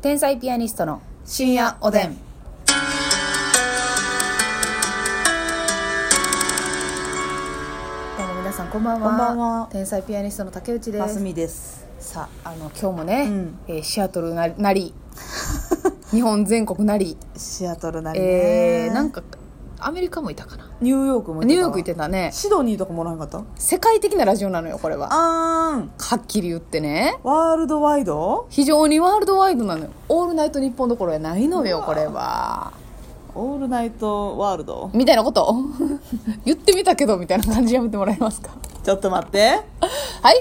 天才ピアニストの深夜おでん。どうも皆さんこんばんは。 こんばんは。 天才ピアニストの竹内です。 ますみです。 さあ、今日もね、シアトルなり日本全国なりシアトルなりね、 なんかアメリカもいたかな。 ニューヨークもいたかな。 ニューヨーク行ってたね。 シドニーとかもおらんかった。 世界的なラジオなのよこれは。はっきり言ってね、 ワールドワイド、 非常にワールドワイドなのよ。オールナイトニッポンどころやないのよこれは。 オールナイトワールドみたいなこと言ってみたけどみたいな感じやめてもらえますか。 ちょっと待ってはい、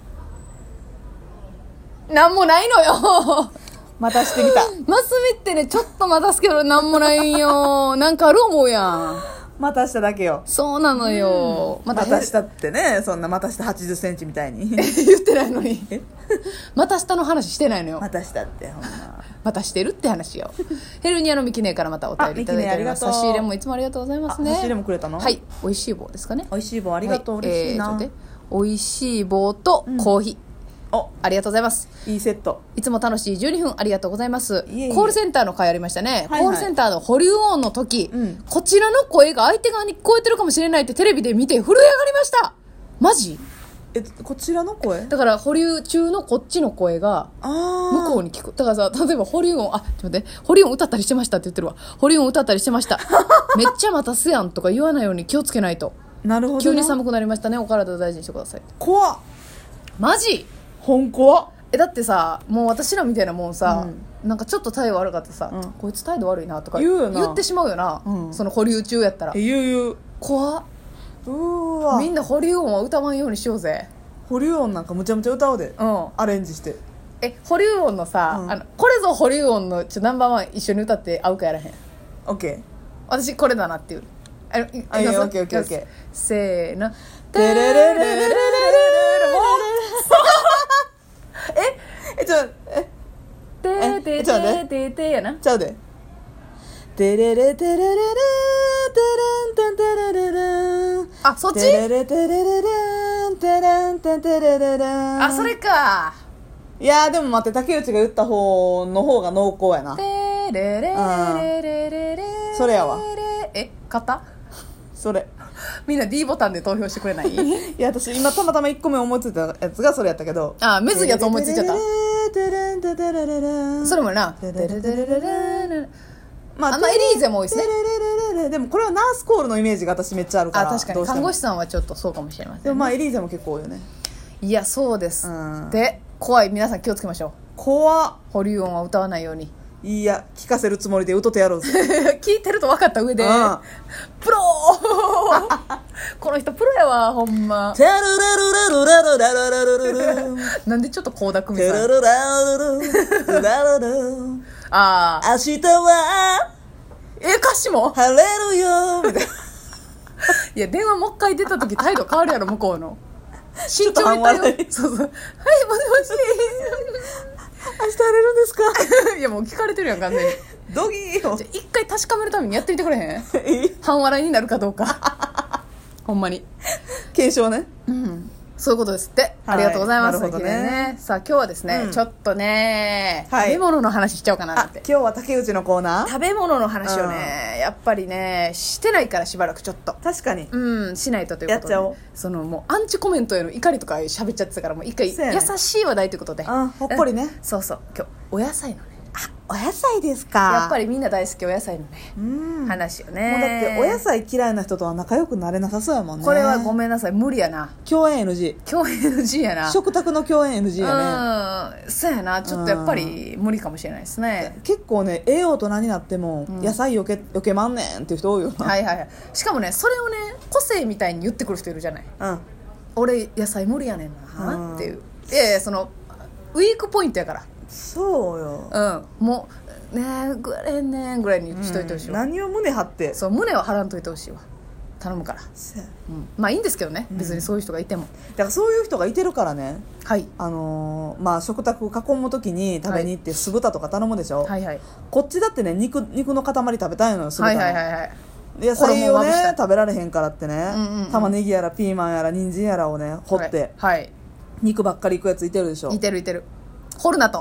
なんもないのよまたしてみたマスミってね、ちょっと待たすけどなんもないんよ。なんかある思うやん。 またしただけよ。 そうなのよ、 またしたってね、そんなまたした80センチみたいに言ってないのにまた下の話してないのよ。 またしたってほんままたしてるって話よヘルニアのミキネからまたお便りいただいております。 ミキネありがとう。 差し入れもいつもありがとうございますね。 差し入れもくれたの。 はい、美味しい棒ですかね。 美味しい棒ありがとう、 はい、 嬉しいな、 ちょっとね、美味しい棒とコーヒー、 お、 ありがとうございます。 いいセット。 いつも楽しい12分ありがとうございます。 いえいえ、 コールセンターの回ありましたね、 はいはい、 コールセンターの保留音の時、こちらの声が相手側に聞こえてるかもしれないってテレビで見て震え上がりました。マジ？ こちらの声だから保留中のこっちの声が向こうに聞く。だからさ、例えば保留音、ちょっと待って、保留音歌ったりしてましたって言ってるわ。保留音歌ったりしてましためっちゃ待たすやんとか言わないように気をつけないと。 なるほど。 急に寒くなりましたね、お体大事にしてください。 怖っ。 マジ？ 本怖っ。 だってさ、もう私らみたいなもんさ、なんかちょっと態度悪かったさ、こいつ態度悪いなとか言うよな、 言ってしまうよな、その保留中やったら。 言う。 怖っ。 うわ、 みんな保留音は歌わんようにしようぜ。 保留音なんかむちゃむちゃ歌おうで、アレンジして。 保留音のさ、これぞ保留音のナンバーワン一緒に歌って合うかやらへん。 オッケー。 私これだなっていう。 オッケーオッケーオッケー。 せーの。 テレレレレレレレレ。ちょっとてやな。 ちゃうで。テレレテレレレテレンテンテレレレン。 あ、そっち？ テレレテレレレンテレンテンテレレレン。 あ、それか。 いやでも待って、竹内が言った方の方が濃厚やな。 テレレレレレレ。 それやわ。 勝った？ それ。 みんな D ボタンで投票してくれない？ いや私今たまたま1個目思いついたやつがそれやったけど。 あ、むずいやつ思いついちゃった。それもな。 まあ、 エリーゼも多いですね。 でもこれはナースコールのイメージが私めっちゃあるから。 確かに看護師さんはちょっとそうかもしれません、ね、 でもまあエリーゼも結構多いよね。いやそうです、で怖い。皆さん気をつけましょう。 怖っ。 保留音は歌わないように。 いや聞かせるつもりで歌ってやろうぜ聞いてると分かった上で、プロこの人プロやわほんま。なんでちょっと倖田來未さんああ、 明日は歌詞も晴れるよみたいな。 いや電話もう一回出た時態度変わるやろ向こうの。慎ちょっと重に対応。 半笑い。 そうそう、はいもしもし明日晴れるんですかいやもう聞かれてるやん完全に。 ドギーよ。 じゃ一回確かめるためにやってみてくれへん半笑いになるかどうかほんまに検証ね。 そういうことですって、ありがとうございます。 なるほどね。 さあ今日はですね、ちょっとね、食べ物の話しちゃおうかなって。 今日は竹内のコーナー。 食べ物の話をね、やっぱりねしてないからしばらくちょっと確かにしないとということで、 やっちゃおう。 そのもうアンチコメントへの怒りとか喋っちゃってたから、もう一回優しい話題ということで、 ほっこりね。 そうそう、今日お野菜のね、 お野菜ですか。 やっぱりみんな大好きお野菜のね、話をね。 もうだってお野菜嫌いな人とは仲良くなれなさそうやもんね。 これはごめんなさい、無理やな。 共演 NG。 共演 NG やな。 食卓の共演 NG やね。 そうやな、ちょっとやっぱり無理かもしれないですね。 結構ね、大人になっても野菜よけまんねんっていう人多いよな。 はいはいはい。しかもね、それをね個性みたいに言ってくる人いるじゃない。俺野菜無理やねんなっていう。いやいや、そのウィークポイントやから。 そうよ。 もうねえぐれんねんぐらいにしといてほしいわ。 何を胸張って。 そう、胸を張らんといてほしいわ。頼むから。まあいいんですけどね、別にそういう人がいても。 だからそういう人がいてるからね。 はい。 まあ食卓囲む時に食べに行って酢豚とか頼むでしょ。 はいはい。 こっちだってね、肉の塊食べたいのよ、酢豚の。 はいはいはいはい。 野菜をね食べられへんからってね、玉ねぎやらピーマンやら人参やらをね掘って、肉ばっかりいくやついてるでしょ。 いてるいてる。掘るなと。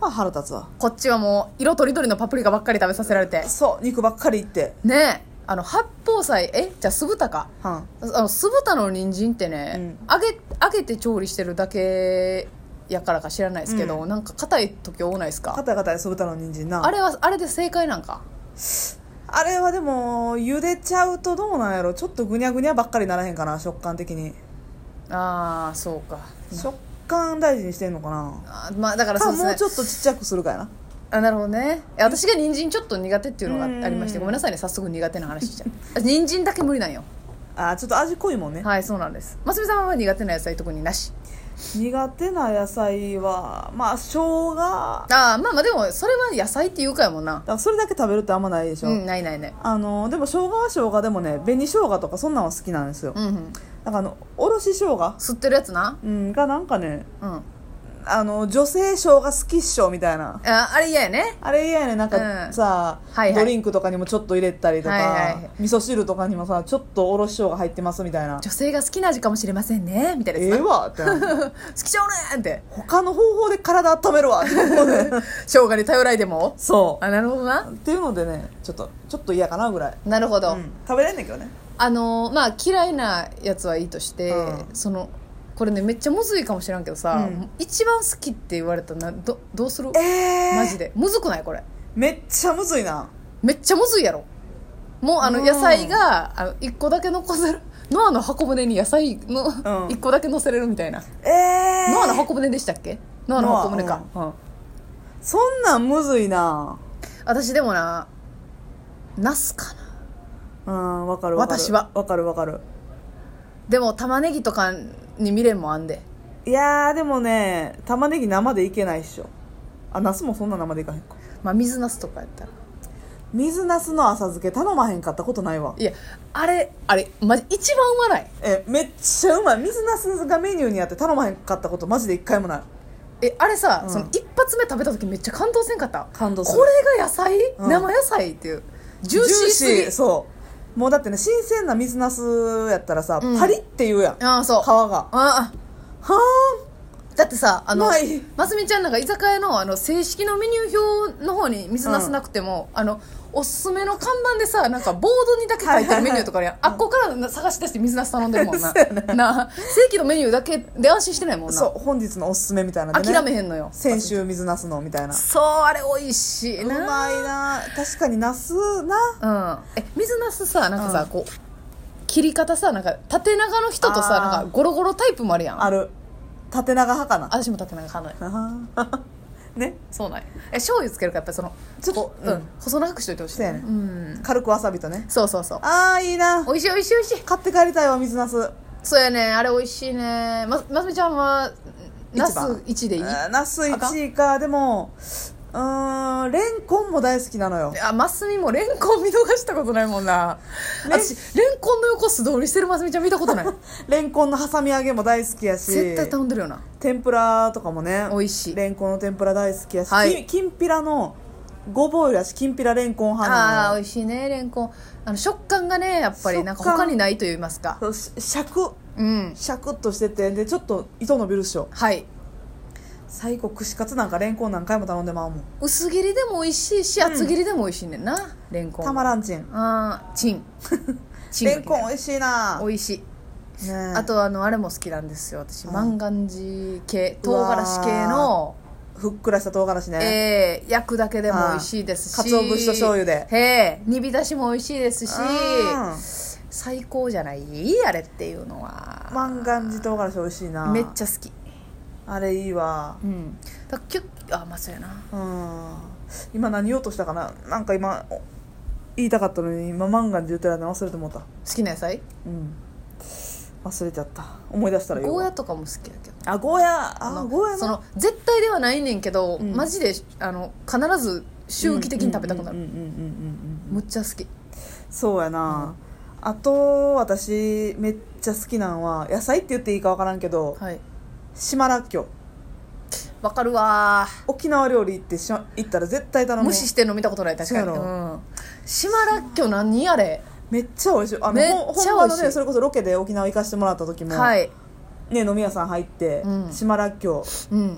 腹立つわ。 こっちはもう色とりどりのパプリカばっかり食べさせられてそう肉ばっかりいってねえ、八宝菜じゃあ酢豚か、 は酢豚の人参ってね、揚げて調理してるだけやからか知らないですけど、なんか硬い時多ないですか。 硬い硬い酢豚の人参な。 あれはあれで正解なんか。 あれはでも茹でちゃうとどうなんやろ、ちょっとぐにゃぐにゃばっかりならへんかな、食感的に。 ああそうか。 食感大事にしてんのかな。 まあだからそうですね。 もうちょっとちっちゃくするかやな。 なるほどね。私が人参ちょっと苦手っていうのがありまして、ごめんなさいね、早速苦手な話しちゃう。人参だけ無理なんよ。 ちょっと味濃いもんね。 はい、そうなんです。ますみさんは苦手な野菜特になし。 苦手な野菜はまあ生姜。 まあでもそれは野菜っていうかやもんな。 だからそれだけ食べるってあんまないでしょ。 ないないね。 でも生姜は生姜でもね、紅生姜とかそんなんは好きなんですよ。だからおろし生姜吸ってるやつな。 がなんかね、女性生姜好きっしょみたいな。 あれ嫌やね。 あれ嫌やね。なんかさ、ドリンクとかにもちょっと入れたりとか、味噌汁とかにもさ、ちょっとおろし生姜入ってますみたいな。 女性が好きな味かもしれませんねみたいなやつ。 ええわってな好きちゃうねんって。 他の方法で体温めるわって思うね。 生姜に頼らいでも。 そうなるほどな。 っていうのでね、ちょっと嫌かなぐらい。 なるほど。 食べれんねんけどね。 まあ嫌いなやつはいいとして、これねめっちゃむずいかもしらんけどさ、一番好きって言われたらどうする？マジでむずくないこれ？ めっちゃむずいな。 めっちゃむずいやろ。もう野菜が1個だけ残せる。ノアの箱舟に野菜の1個だけ乗せれるみたいな。ノアの箱舟でしたっけ？ノアの箱舟か。 そんなんむずいな。 私でもな、ナスかな。 わかるわかる。 私はわかるわかる。 でも玉ねぎとかに未練もあんで。 いやーでもね、玉ねぎ生でいけないっしょ。ナスもそんな生でいかへんか。 まあ水ナスとかやったら。 水ナスの浅漬け頼まへんかったことないわ。 いやあれマジ一番うまない。 めっちゃうまい。水ナスがメニューにあって頼まへんかったことマジで一回もない。 あれさ、その一発目食べた時めっちゃ感動せんかった？ 感動する。 これが野菜、生野菜っていうジューシーすぎ。 そうもうだってね、新鮮な水ナスやったらさ、パリって言うやん。 そう皮がはだってさないますみちゃんなんか居酒屋の正式のメニュー表の方に水ナスなくても、おすすめの看板でさ、なんかボードにだけ書いてるメニューとかに、あっこから探し出して水ナス頼んでるもんな。な正規のメニューだけで安心してないもんな。 そう本日のおすすめみたいな、 諦めへんのよ。 先週水ナスのみたいな。 そうあれ美味しいな。 うまいな。確かにナスな。 水ナスさ、なんかさ、こう切り方さ、なんか縦長の人とさ、なんかゴロゴロタイプもあるやん。 ある。縦長派かな。 私も縦長派なの。 ね、 そうなんや。醤油つけるかやっぱりちょっと細長くしといてほしい。 そうやね。軽くわさびとね。 そうそうそう。 いいな。 美味しい美味しい美味しい。 買って帰りたいわ水ナス。 そうやね、あれ美味しいね。ますみちゃんはナス1でいい？ ナス1位か。でもレンコンも大好きなのよ。 ますみもレンコン見逃したことないもんな。私レンコンの横素通りしてるますみちゃん見たことない。 レンコンの挟み揚げも大好きやし、 絶対頼んでるよな。 天ぷらとかもね、 美味しい。 レンコンの天ぷら大好きやし、きんぴらのごぼうよりやし、きんぴらレンコン派なのよ。 美味しいねレンコン。食感がねやっぱりなんか他にないと言いますか。 シャクッとしてて、でちょっと糸伸びるっしょ。はい。最後串カツなんかレンコン何回も頼んでまうもん。 薄切りでも美味しいし、厚切りでも美味しいねんな、レンコン。 たまらんちん。 チンレンコン美味しいな。 美味しい、ね、あとあれも好きなんですよ私。万願寺系唐辛子系のふっくらした唐辛子ね。 焼くだけでも美味しいですし、 鰹節と醤油で煮浸しも美味しいですし、最高じゃないあれっていうのは。 万願寺唐辛子美味しいな。 めっちゃ好きあれ。いいわ。 だキュッまあそうやな。 今何言おうとしたかな。なんか今言いたかったのに今万願寺言ってるの忘れてもうた。 好きな野菜？ 忘れちゃった。思い出したらゴーヤとかも好きやけど。 ゴーヤゴーヤな。 絶対ではないねんけど、マジで必ず周期的に食べたくなる。むっちゃ好き。 そうやな。あと私めっちゃ好きなんは、野菜って言っていいか分からんけど、島らっきょう。 わかるわ。 沖縄料理行ったら絶対頼む。 無視してんの見たことない。確かに。島らっきょう何あれ。 めっちゃ美味しい。 めっちゃ美味しい。 ほんまのね、それこそロケで沖縄行かしてもらった時も、ね、飲み屋さん入って、島らっきょう、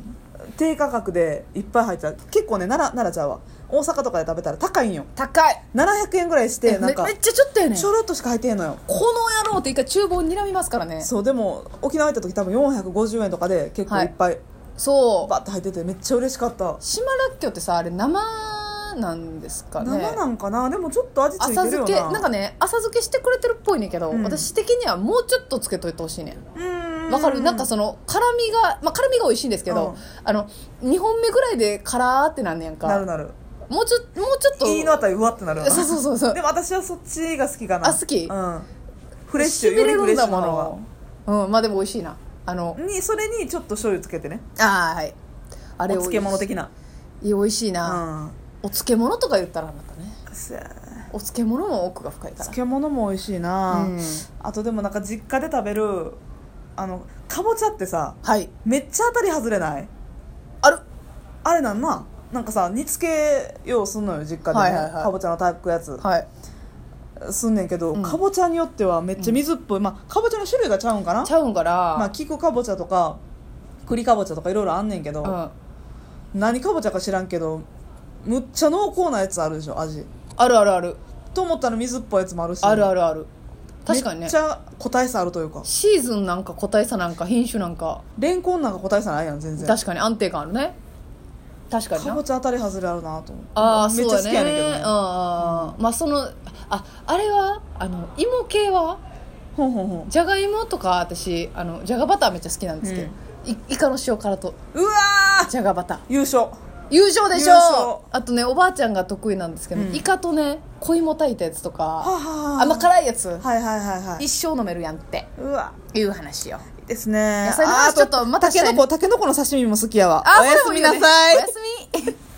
低価格でいっぱい入ってた。結構ね、奈良ちゃうわ、大阪とかで食べたら高いんよ。 高い。 700円ぐらいして、なんかめっちゃちょっとやねん。 ちょろっとしか入ってへんのよ。 この野郎って一回厨房に睨みますからね。 そう、でも沖縄行った時多分450円とかで結構いっぱい、 そうバッと入っててめっちゃ嬉しかった。 島らっきょうってさ、あれ生なんですかね。 生なんかな。でもちょっと味ついてるよな。 浅漬けなんかね、浅漬けしてくれてるっぽいねんけど、私的にはもうちょっとつけといてほしいねん。わかる。なんかその辛みが、まあ、辛みが美味しいんですけど、2本目ぐらいで辛ーってなんねやんか。 なる。 もうちょっといいのあったらうわってなるよな。 そうでも私はそっちが好きかな。 好き。 フレッシュ、よりフレッシュなのが。まあでも美味しいな。 それにちょっと醤油つけてね。 はい。あれお漬物的な。 美味しいな。お漬物とか言ったらまたね。お漬物も奥が深いから。 漬物も美味しいな。あとでもなんか実家で食べるかぼちゃってさ、めっちゃ当たり外れない？あれなんかさ、煮付けようすんのよ実家でね、かぼちゃの炊くやつ、すんねんけど、かぼちゃによってはめっちゃ水っぽい、まあかぼちゃの種類がちゃうんかな、まあ菊かぼちゃとか栗かぼちゃとかいろいろあんねんけど、何かぼちゃか知らんけどむっちゃ濃厚なやつあるでしょ、味。 あると思ったら水っぽいやつもあるし、 ある確かにね、 めっちゃ個体差あるというか、 シーズンなんか個体差なんか品種なんか、 レンコンなんか個体差ないやん全然。 確かに安定感あるね。確かにな。 かぼちゃ当たり外れあるなと思って。めっちゃ好きやねんけどね。 まあそのあれは芋系はじゃがいもとか、私じゃがバターめっちゃ好きなんですけど、イカの塩辛とうわーじゃがバター優勝でしょ。あとね、おばあちゃんが得意なんですけど、イカとね小芋炊いたやつとか、甘辛いやつ、一生飲めるやんっていう話よ。 いいですね。 野菜の話ちょっとまたしたいね。 たけのこの刺身も好きやわ。 おやすみなさい。 おやすみ